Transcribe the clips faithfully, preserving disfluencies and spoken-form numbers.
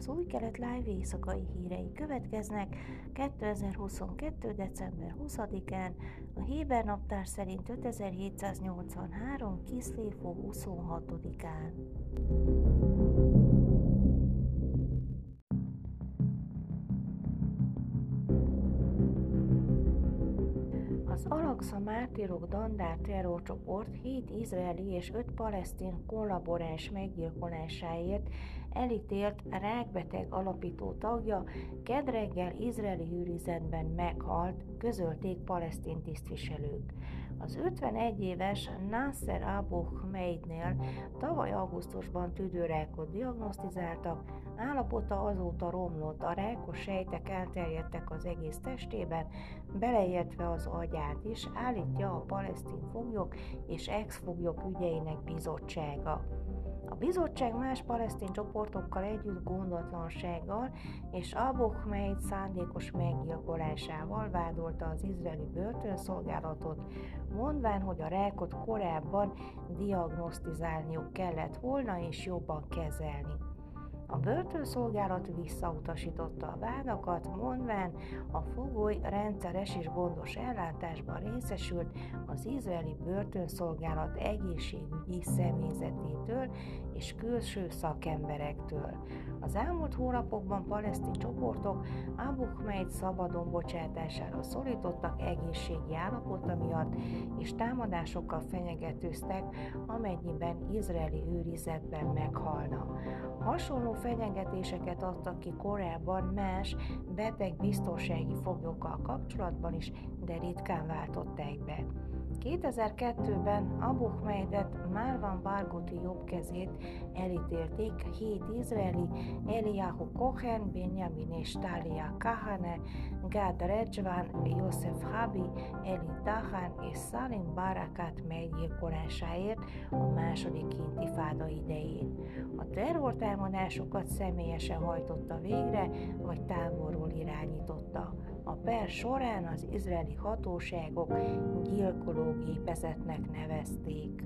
Az Új Kelet Live éjszakai hírei következnek kétezer-huszonkettő. december huszadikán, a héber naptár szerint ötezer-hétszáznyolcvanhárom. Kiszlév-hó huszonhatodikán. Az Al-Aqsa Mártírok Dandár terrorcsoport hét izraeli és öt palesztin kollaboráns meggyilkolásáért elítélt rákbeteg alapító tagja kedd reggel izraeli őrizetben meghalt, közölték palesztin tisztviselők. Az ötvenegy éves Nasser Abu Hmeidnél tavaly augusztusban tüdőrákot diagnosztizáltak, állapota azóta romlott, a rákos sejtek elterjedtek az egész testében, beleértve az agyát is, állítja a palesztin foglyok és ex-foglyok ügyeinek bizottsága. A bizottság más palesztin csoportokkal együtt gondotlansággal és Abu Hmeid szándékos meggyilkolásával vádolta az izraeli börtönszolgálatot, mondván, hogy a rákot korábban diagnosztizálniuk kellett volna és jobban kezelni. A börtönszolgálat visszautasította a vádakat, mondván, a fogoly rendszeres és gondos ellátásban részesült az izraeli börtönszolgálat egészségügyi személyzetétől és külső szakemberektől. Az elmúlt hónapokban palesztin csoportok Abu Hmeid szabadon bocsátására szorítottak egészségi állapota miatt, és támadásokkal fenyegetőztek, amennyiben izraeli őrizetben meghalna. Hasonló fenyegetéseket adtak ki korábban más beteg biztonsági foglyokkal kapcsolatban is, de ritkán váltották be. kétezer-kettőben Abu Hmeidet, Marwan Barghouti jobbkezét elítélték, hét izraeli, Eliyahu Cohen, Benjamin és Talia Kahane, Gad Rejvan, Yosef Habi, Eli Dahan és Salim Barakat meggyilkolásáért a második intifáda idején. A terrortámadásokat személyesen hajtotta végre, vagy távolról irányította. A per során az izraeli hatóságok gyilkológépezetnek nevezték.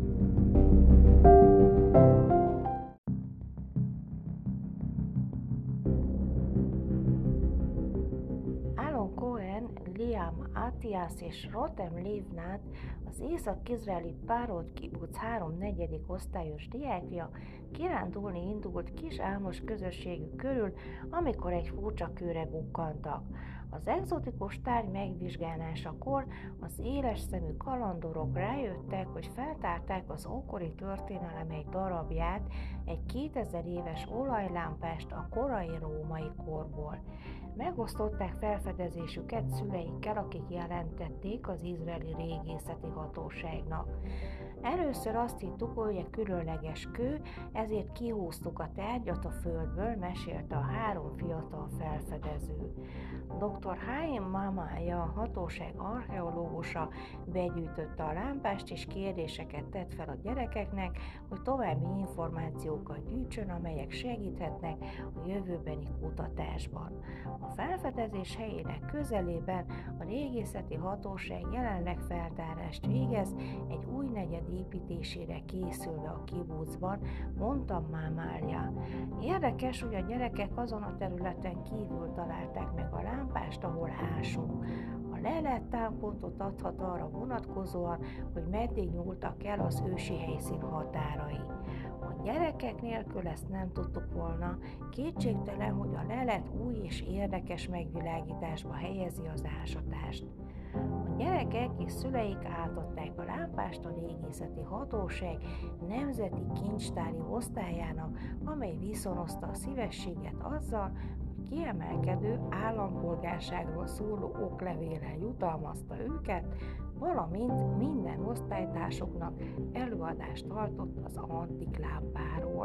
Alon Cohen, Liam Atias és Rotem Livnat, az észak-izraeli Párod kibuc háromnegyedik osztályos diákja kirándulni indult kis álmos közösségük körül, amikor egy furcsa kőre bukkantak. Az egzotikus tárgy megvizsgálásakor az éles szemű kalandorok rájöttek, hogy feltárták az ókori történelem egy darabját, egy kétezer éves olajlámpást a korai római korból. Megosztották felfedezésüket szüleikkel, akik jelentették az izraeli régészeti hatóságnak. Először azt hittük, hogy egy különleges kő, ezért kihúztuk a tárgyat a földből, mesélte a három fiatal felfedező. doktor Haim Mamája, a hatóság archeológusa begyűjtötte a lámpást és kérdéseket tett fel a gyerekeknek, hogy további információkat gyűjtsön, amelyek segíthetnek a jövőbeni kutatásban. A felfedezés helyének közelében a régészeti hatóság jelenleg feltárást végez egy új negyed építésére készülve a kibucban, mondta Mámália. Érdekes, hogy a gyerekek azon a területen kívül találták meg a lámpást, ahol ásunk. A lelet támpontot adhat arra vonatkozóan, hogy meddig nyúltak el az ősi helyszín határai. A gyerekek nélkül ezt nem tudtuk volna, kétségtelen, hogy a lelet új és érdekes megvilágításba helyezi az ásatást. A gyerekek és szüleik átadták a lámpást a régészeti hatóság nemzeti kincstári osztályának, amely viszonozta a szívességet azzal, hogy kiemelkedő állampolgárságról szóló oklevéllel jutalmazta őket, valamint minden osztálytársuknak előadást tartott az antik lámpáról.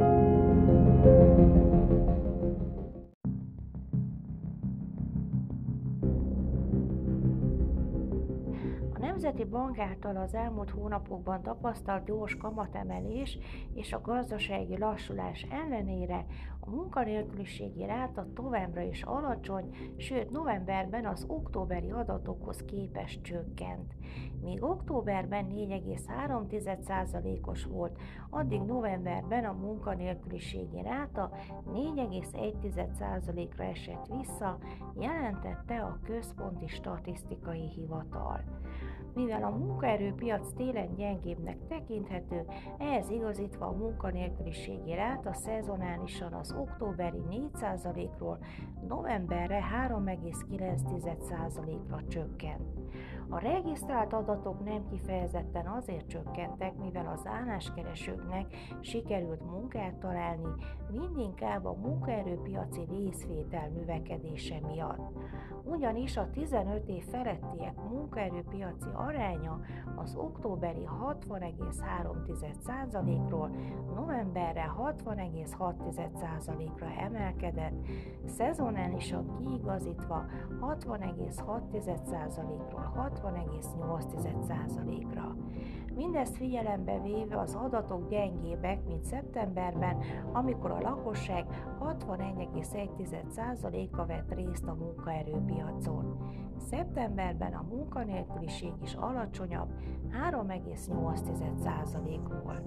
A Nemzeti Bank által az elmúlt hónapokban tapasztalt gyors kamatemelés és a gazdasági lassulás ellenére A munkanélküliségi ráta továbbra is alacsony, sőt novemberben az októberi adatokhoz képest csökkent. Míg októberben négy egész három százalékos volt, addig novemberben a munkanélküliségi ráta négy egész egy százalékra esett vissza, jelentette a Központi Statisztikai Hivatal. Mivel a munkaerőpiac télen gyengébbnek tekinthető, ehhez igazítva a munkanélküliségi ráta szezonálisan az októberi négy százalékról novemberre három egész kilenc százalékra csökkent. A regisztrált adatok nem kifejezetten azért csökkentek, mivel az álláskeresőknek sikerült munkát találni, mindinkább a munkaerőpiaci részvétel növekedése miatt. Ugyanis a tizenöt év felettiek munkaerőpiaci aránya az októberi hatvan egész három százalékról novemberre hatvan egész hat százalékra emelkedett, szezonálisan kiigazítva hatvan egész hat százalékról hatvan egész nyolc százalékra. Mindezt figyelembe véve az adatok gyengébbek, mint szeptemberben, amikor a lakosság hatvanegy egész egy százaléka vett részt a munkaerőpiacon. Szeptemberben a munkanélküliség is alacsonyabb, három egész nyolc százalék volt.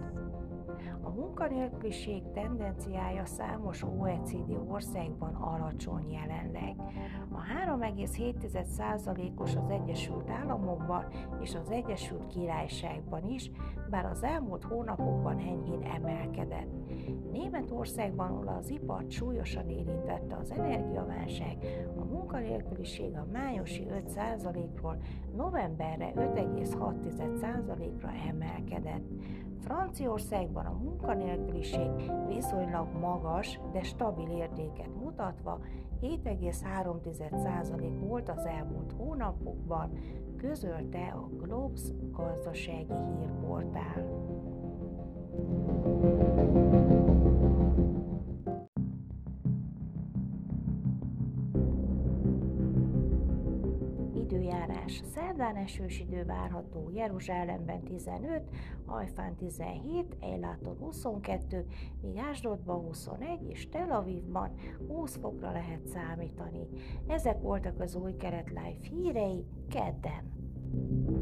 A munkanélküliség tendenciája számos o e cé dé országban alacsony jelenleg. A három egész hét százalékos az Egyesült Államokban és az Egyesült Királyságban is, bár az elmúlt hónapokban enyhén emelkedett. Németországban, ahol az ipart súlyosan érintette az energiaválság, a munkanélküliség a májusi öt százalékról novemberre öt egész hat százalékra emelkedett. Franciaországban a munkanélküliség viszonylag magas, de stabil értéket mutatva hét egész három százalék volt az elmúlt hónapokban, közölte a Globes gazdasági hírportál. Időjárás. Szerdán esős idő várható, Jeruzsálemben tizenöt, Hajfán tizenhét, Eiláton huszonkettő, míg Ásdodban huszonegy és Tel Avivban húsz fokra lehet számítani. Ezek voltak az Új Kelet Live hírei kedden.